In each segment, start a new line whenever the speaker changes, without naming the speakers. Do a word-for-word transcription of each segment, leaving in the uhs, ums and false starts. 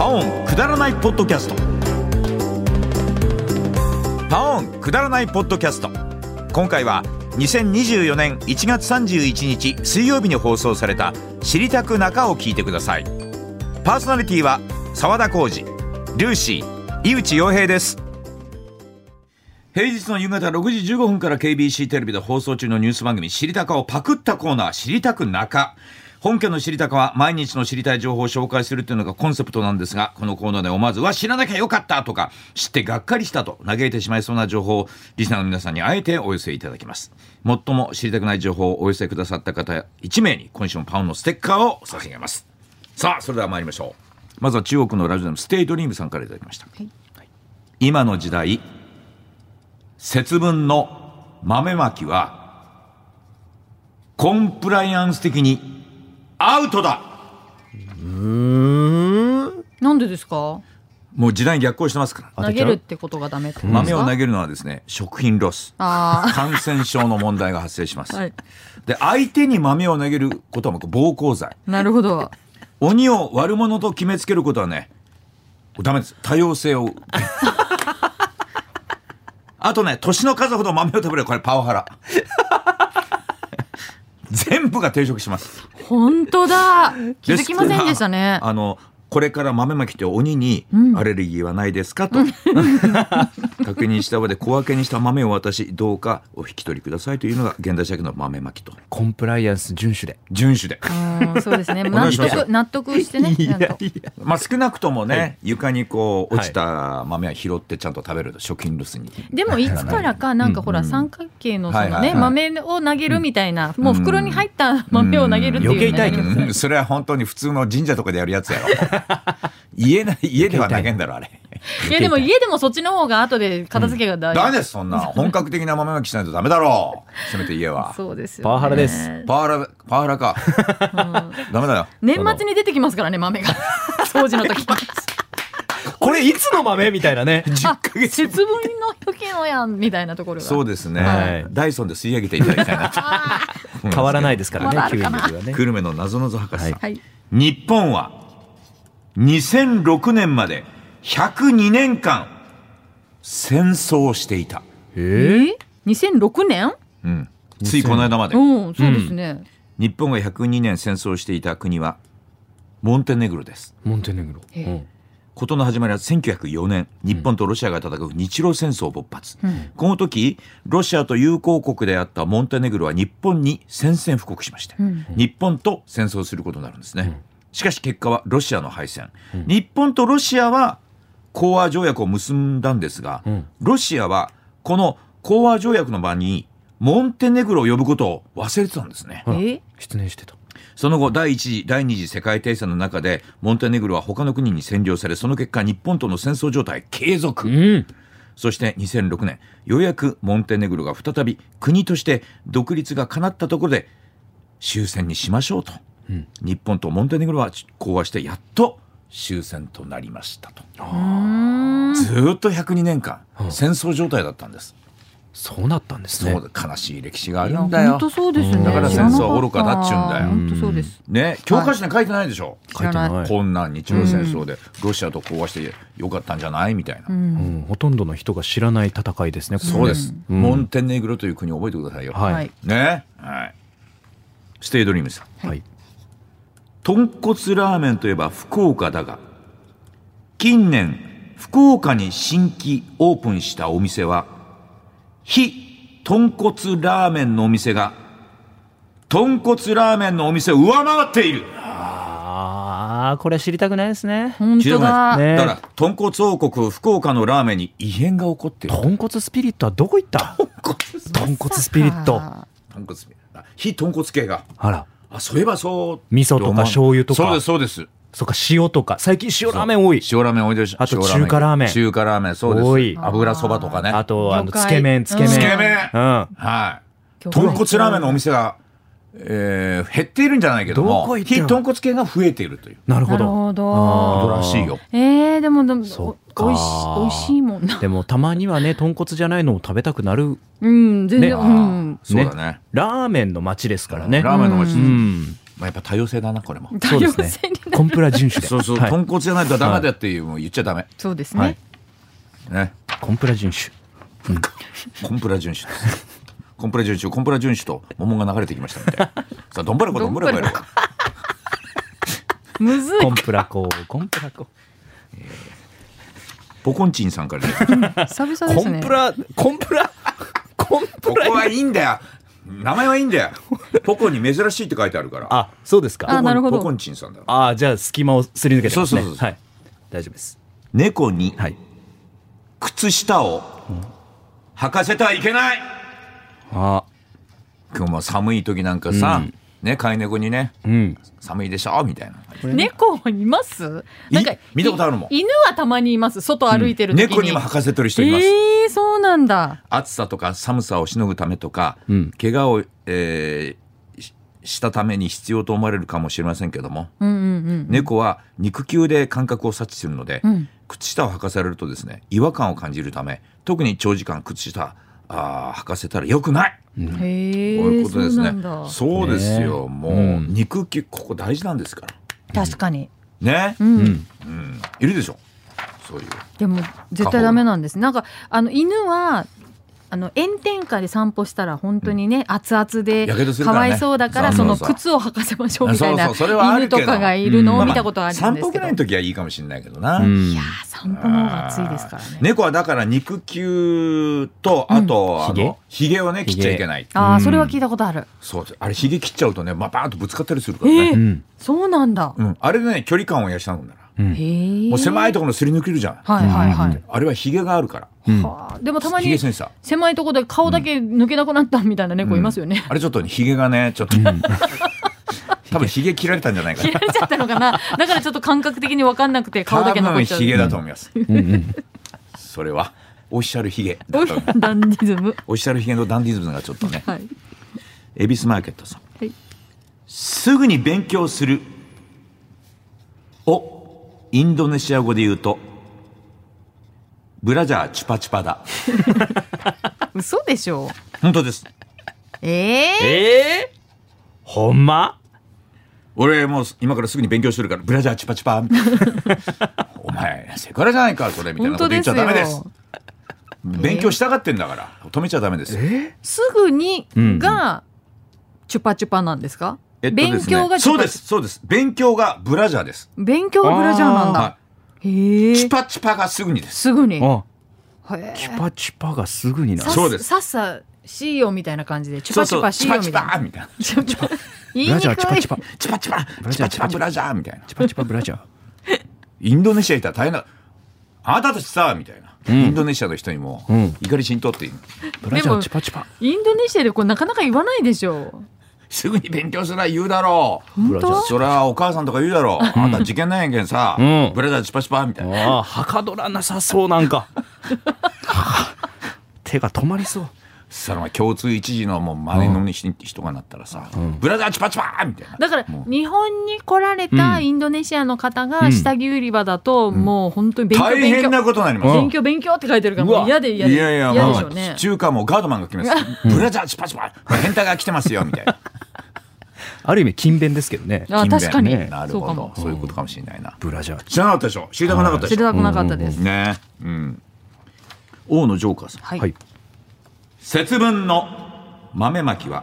オンくだらないポッドキャスト。パオンくだらないポッドキャスト。今回はにせんにじゅうよねんいちがつさんじゅういちにち水曜日に放送された知りたく中を聞いてください。パーソナリティは澤田浩二、ルーシー、井内洋平です。平日の夕方ろくじじゅうごふんから ケービーシー テレビで放送中のニュース番組知りたかをパクったコーナー、知りたく中。本家の知りたかは毎日の知りたい情報を紹介するというのがコンセプトなんですが、このコーナーで思わずは知らなきゃよかったとか知ってがっかりしたと嘆いてしまいそうな情報をリスナーの皆さんにあえてお寄せいただきます。最も知りたくない情報をお寄せくださった方いちめいに今週もパウンのステッカーを差し上げます。さあそれでは参りましょう。まずは中国のラジオネームステイドリームさんからいただきました、はいはい、今の時代節分の豆まきはコンプライアンス的にアウトだ。
うーん、なんでですか。
もう時代に逆行してますから。
投げるってことがダメってことですか。
豆を投げるのはですね、食品ロス、あ感染症の問題が発生します、はい、で相手に豆を投げることは暴行罪。
なるほど。
鬼を悪者と決めつけることはねダメです。多様性をあとね、年の数ほど豆を食べる、これパワハラ全部が抵触します。
本当だ、気づきませんでしたね。
あのこれから豆まきって鬼にアレルギーはないですか、うん、と確認した上で小分けにした豆を渡し、どうかお引き取りくださいというのが現代社会の豆まきと。
コンプライアンス遵守で
遵守で
うんそうですね納得、納得してね。
いやいや、
まあ、少なくともね、はい、床にこう落ちた豆は拾ってちゃんと食べると食品ロスに。
でもいつからかなんかほら、うんうん、三角形のそのね豆を投げるみたいな、うん、もう袋に入った豆を投げるっていう、ね、
余計痛いけど、
うん、それは本当に普通の神社とかでやるやつやろ家, な家では投げんだろあれ。
いやでも家でもそっちの方が後で片付けが大事、うん、
ダメです。そんな本格的な豆まきしないとダメだろうせめて家は。
そうですよ、ね、
パワハラです。
パワハラ、パワハラか、うん、ダメだよ。
年末に出てきますからね豆が掃除の時
これいつの豆みたいなね
じゅっかげつ節分の時のやんみたいなところが。
そうですね、はい、ダイソンで吸い上げていただきたいなと
変わらないですからね吸引力がね。
久留米のなぞなぞ博士さん、はい、日本はにせんろくねんまでひゃくにねんかん戦争していた。
えー、にせんろくねん、
うん、ついこの間まで、
うん、そうですね、うん、
日本がひゃくにねん戦争していた国はモンテネグロです。
モンテネグロ、
うん、事の始まりはせんきゅうひゃくよねん、日本とロシアが戦う日露戦争勃発、うん、この時ロシアと友好国であったモンテネグロは日本に宣戦布告しまして、うん、日本と戦争することになるんですね、うん、しかし結果はロシアの敗戦、うん、日本とロシアは講和条約を結んだんですが、うん、ロシアはこの講和条約の場にモンテネグロを呼ぶことを忘れてたんですね。
え失念してた。
その後第一次第二次世界大戦の中でモンテネグロは他の国に占領され、その結果日本との戦争状態継続、うん、そしてにせんろくねんようやくモンテネグロが再び国として独立が叶ったところで終戦にしましょうと、うん、日本とモンテネグロは講和してやっと終戦となりましたと。ずっとひゃくにねんかん戦争状態だったんです。
そうなったんですね。
そう悲しい歴史があるんだよ。
本当そうですね。
だから戦争は愚かだっちゅうんだよ。
本当そうです。
ね、教科書に書いてないでしょ。
書いてない。
こんな日露戦争でロシアと講和してよかったんじゃないみたいな、うん
うん、ほとんどの人が知らない戦いですね。
そうです、うん、モンテネグロという国を覚えてくださいよ、はい、ね、はい、ステイドリームさん、はい、豚骨ラーメンといえば福岡だが、近年福岡に新規オープンしたお店は非豚骨ラーメンのお店が豚骨ラーメンのお店を上回っている。
ああ、これ知りたくないですね。
本当だ、
ね、だから豚骨王国福岡のラーメンに異変が起こっている。
豚骨スピリットはどこ行った。豚骨スピリット、
豚骨スピリット、非豚骨系が、
あら、
あ、そういえばそう、
味噌とか醤油とか、
そうですそうです。
そうか、塩とか、最近塩ラーメン多い。
塩ラーメン多いです。
あと中華ラーメン、
中華ラーメン、そうです。
多い。
油そばとかね。
あとあのつけ麺、つけ麺、
つけ麺、うん、はい。豚骨ラーメンのお店が、えー、減っているんじゃないけども、非豚骨系が増えているという。
なるほど。
なるほど。
ことらしいよ。
えー、でもでもおいしおいしいもんな。
でもたまにはね、豚骨じゃないのを食べたくなる。
うん、全然、ね、うん、
そうだね。
ラーメンの街ですからね。
ラーメンの街。うん。 まあ、やっぱ多様性だなこれも。
多様性になる。
コンプラ遵守で。
そうそう、
はい
豚骨じゃないとダメだっていう、もう言っちゃダメ
そうですね、
はい
ね。
コンプラ遵守。
コンプラ遵守ですコンプラ遵守コンプラ遵守と桃が流れてきましたみたいな。さあどんぶらこどんぶらこやるか。
むずい。
コンプラココンプラコ。
ポコンチンさんからね
久々ですね。
コンプラコンプラコンプラ。
ここはいいんだよ、名前はいいんだよ。ポコに珍しいって書いてあるから。
あ、そうですか。
あなるほど
ポコンチンさんだ。
あ、じゃあ隙間をすり抜けてますね。
そうそうそうそう
はい。大丈夫です。
猫に
はい。
靴下を履かせてはいけない。
あ、
今日も寒い時なんかさ、
うん
ね、飼い猫にね、
うん。
寒いでしょみたいな。
猫いますなんか
い見たことあるもん。
い犬はたまにいます。外歩いてる時に、
猫にも履かせてる人います。
えー、そうなんだ。
暑さとか寒さをしのぐためとか、
うん
怪我を、えーししたために必要と思われるかもしれませんけども、
うんうんうん
猫は肉球で感覚を察知するので、
うん
靴下を履かされるとですね、違和感を感じるため、特に長時間靴下あー履かせたら良くない。
へ
こう
え、
いうことですね
そうなんだ。
そうですよ、
ね
もう、
うん
肉球ここ大事なんですから
確かに、
ね、
うん
うん。
うん、いるでしょそういう。
でも絶対ダメなんです。なんかあの犬はあの炎天下で散歩したら本当にね、熱々で
やけどする
か
からね
わいそうだから、そうの
そそうそう
靴を履かせましょうみたいな
そうそうそれはある
犬
けど
とかがいるの
うん
を見たことがあるん
散歩
ですけど、
ぐらいの時はいいかもしれないけどな、
うん
いやー散歩の方が暑いですからね。
猫はだから肉球とあと、あ
ヒゲ
のひげをね切っちゃいけない。
ああそれは聞いたことある。
そうです。あれひげ切っちゃうとね、まあ、バーンとぶつかったりするか
え
らね、
ー
うん。
そうなんだ。
うん、あれでね距離感を養うんだな。
うん。
へえ。
もう狭いところのすり抜けるじゃん、
はいはいはい。
あれはひげがあるから、
うん
はあでもたまに
ひげセンサー。
狭いところで顔だけ抜けなくなったみたいな猫いますよね。
あれちょっとねひげがねちょっと、多分ひげ切られたんじゃないかな。
切られちゃったのかな。だからちょっと感覚的に分かんなくて顔だけ残っちゃう。
多分ひげだと思います、
うんうん。
それはオフィシャルひげだと思います。
ダンディズム。
オフィシャルひげのダンディズムがちょっとね。
はい。
恵比寿マーケットさん、
はい
すぐに勉強するをインドネシア語で言うとブラジャーチュパチュパだ。
嘘でしょ。
本当です。
ええ
ええ。ほんま。
俺もう今からすぐに勉強するからブラジャーチュパチュパみたいなお前セクハラじゃないかそれみたいなこと言っちゃダメです。勉強したがってんだから止めちゃダメですよ。
すぐに
うん
がチュパチュパなんですか。
えっとですね
勉強がチュパ
そうですそうです。勉強がブラジャーです。
勉強がブラジャーなんだ。
は
へ
い、
え。
チュパチュパがすぐにです。
すぐに。へ
あ、
え。
チュパチュパがすぐになる。
そうです
さっさしようみたいな感じでチュパチュパ
そうそうチュ
しよう
パチ
みたいな。
ュパみたいな。
チュパ言い
ブラ
にくい。
ジャーチュパチュパ。
チュパチュパ
ブラジャー
チュパチュパブラジャーみたいな。
チュパチュパブラジャー。
インドネシア行ったら大変だ。あなたたちさみたいな、
うん
インドネシアの人にも、
うん
怒り浸透っていう
ブラジャーチュパチュパ。
インドネシアでこれなかなか言わないでしょ。
すぐに勉強すら言うだろう。
本当？
そりゃお母さんとか言うだろう。あなた受験なんやけんさ、
うん
ブラジャーチュパチュパみたいな。
ああ、はかどらなさそうなんか。手が止まりそう。
その共通一時のもう真似の人がなったらさ、ブラジャーチュパチュパみたいな。
だから
もう
日本に来られたインドネシアの方が下着売り場だともう本当に勉強
大
勉強
変なことになります。
勉強勉強って書いてるからもう嫌で嫌で
いやいや
嫌
もう
でしょうね。
中華もガードマンが来ます。ブラジャーチュパチュパ変態が来てますよみたいな。
ある意味勤勉ですけどね。
あ確かに
ねなるほど
そうかも。
そういうことかもしれないな。
ブラジャー。
知らなかったでしょ。知りたくなかったでしょ。
知りたくなかったです。
ね、うん。王のジョーカーさん。
はい。
はい。
節分の豆まきは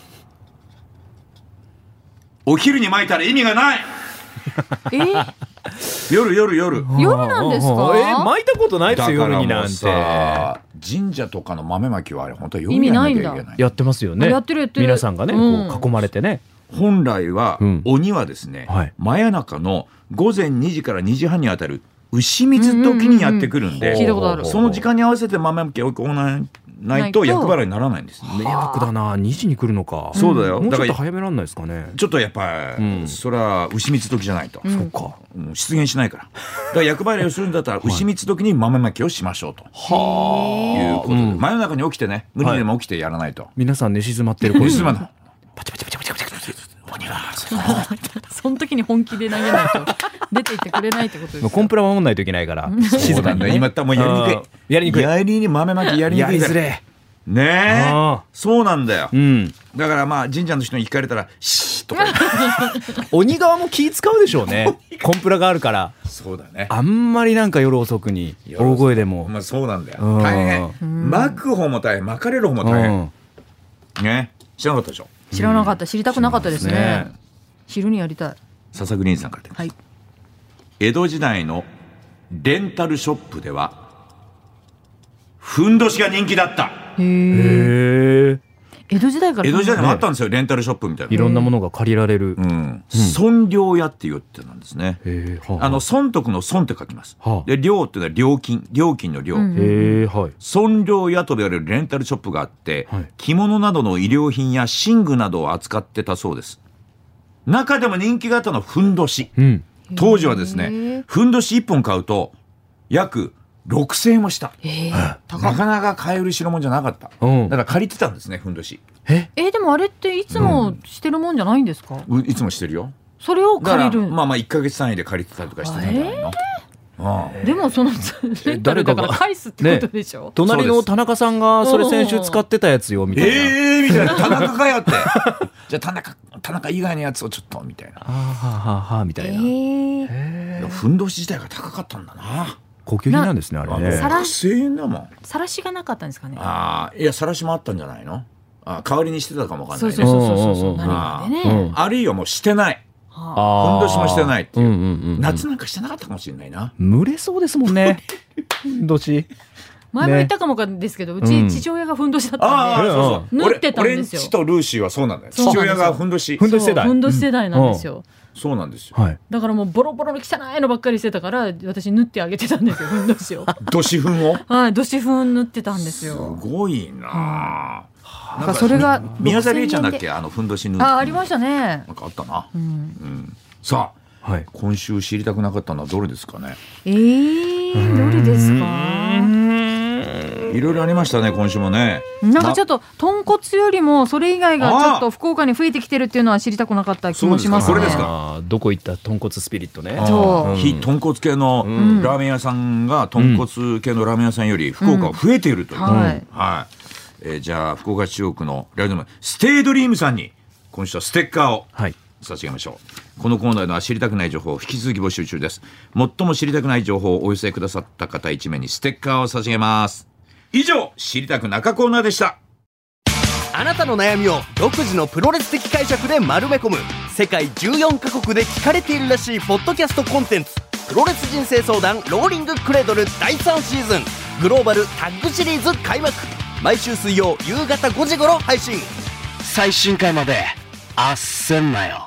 お昼にまいたら意味がない。
えー
夜夜夜。
夜なんですか。
えー、巻いたことないですよ、
だからもう
夜になんて。
さ神社とかの豆まきはあれ本当は夜
意味
にや
なんいんだ
らなきゃいけない。
やってますよね。
やってるやってる
皆さんがね、
うん
こう囲まれてね。
本来は、
うん
鬼はですね、
はい
真夜中のごぜんにじからにじはんにあたる牛水時にやってくるんで、
うんうんうんうん聞いたことある
その時間に合わせて豆まきを行わないと
ないと
厄払いにならないんです。
迷惑だな。にじに来るのか。
そうだよ。
もうちょっと
だから
早めらんないですかね。
ちょっとやっぱ、
うん
それは牛蜜時じゃないと、
うん
そっか。
もう出現しないから。だから厄払いをするんだったら牛蜜時に豆まきをしましょうということで、
うん
真夜中に起きてね、無理でも起きてやらないと。
皆さん寝静まってる頃に。
牛まだ
パチパチパチパチパチパチ。
鬼は
その時に本気で投げないと出ていってくれないってことですよ。
もうコンプラ守んないといけないから。
そうなんだ。今言ったらもうやりにくい。
やりにくい。
やりに豆まきやりにくいから。
やりづれ。
ねえ
あ
そうなんだよ、
うん、
だからまあ神社の人に聞かれたらシーとか
鬼側も気使うでしょうねコンプラがあるから
そうだね
あんまりなんか夜遅くに大声でも、
まあ、そうなんだよ
うん
大変巻く方も大変巻かれる方も大変、うん、ね知らなかったでしょ
知らなかった知りたくなかったですね、ね昼にやりたい
笹グリーンさんから、はい、江戸時代のレンタルショップではふんどしが人気だった。
へえ。江戸時代から
江戸時代にもあったんですよ、ね、レンタルショップみたいな。
いろんなものが借りられる、
うんうん、損料屋って言ってたんですね。へーはあ、あの損得の損って書きます、はあ、で料っていうのは料金料金の料、うん、へー、はい、損料屋と言われるレンタルショップがあって、はい、着物などの衣料品や寝具などを扱ってたそうです。中でも人気があったのはふんどし、うん、当時はですねふんどしいっぽん買うと約ろくせんえんもした、えー、なかなか買える代物じゃなかった、うん、だから借りてたんですねふんどし。
ええでもあれっていつもしてるもんじゃないんですか、
うん、いつもしてるよ。
それを借りる
まあまあいっかげつ単位で借りてたりとかしてたんじゃないの、えーああで
もそのレンタルだから返すってことでしょ、ね、
隣の田中さんがそれ先週使ってたやつよみたいな
えーみたいな田中かよってじゃあ田中田中以外のやつをちょっとみたいなは
あはあはあみたいな、え
ー、ふんどし自体が高かったんだな。
高級品なんですねあれね。
ろくせんえんだもん。
さらしがなかったんですかね。
あいやさらしもあったんじゃないの。あ代わりにしてたかもわかんないね。
そうそうそうそうそう何かでね、
うん、あるいはもうしてないふんどしもしてないっていう、うんうんうんうん、夏なんかしてなかったかもしれないな。
蒸れそうですもんねふんどし
前も言ったかもかですけど、ね、うち父親がふんどしだったんで、うん、そうそう縫ってたんですよ。
俺んちとルーシーはそうなんだよ。父親がふんどし
ふんどし世代
ふんどし世代なんですよ、うん
そうなんですよ、
はい、だからもうボロボロの汚いのばっかりしてたから私縫ってあげてたんですよふんどしを
どしふんを
はいどしふん縫ってたんですよ。
すごいな、
うん、なんかそれが
宮沢りえちゃんだっけあのふんどし縫って
あありましたね。
なんかあったな、うんうん、さあ、はい、今週知りたくなかったのはどれですかね。
えー、どれですか。
いろいろありましたね今週もね。
なんかちょっと豚骨よりもそれ以外がちょっと福岡に増えてきてるっていうのは知りたくなかった気もしますね。
これですか。
どこ行った豚骨スピリットね。
そう、
非豚骨系のラーメン屋さんが豚骨系のラーメン屋さんより福岡は増えているという、うんはいはいえー、じゃあ福岡中央区のラジオネームステイドリームさんに今週はステッカーを差し上げましょう、はい、このコーナーでは知りたくない情報を引き続き募集中です。最も知りたくない情報をお寄せくださった方いちめいにステッカーを差し上げます。以上知りたく中コーナーでした。
あなたの悩みを独自のプロレス的解釈で丸め込む世界じゅうよんカ国で聞かれているらしいポッドキャストコンテンツプロレス人生相談ローリングクレードルだいさんシーズングローバルタッグシリーズ開幕。毎週水曜夕方ごじ頃配信。
最新回まであっせんなよ。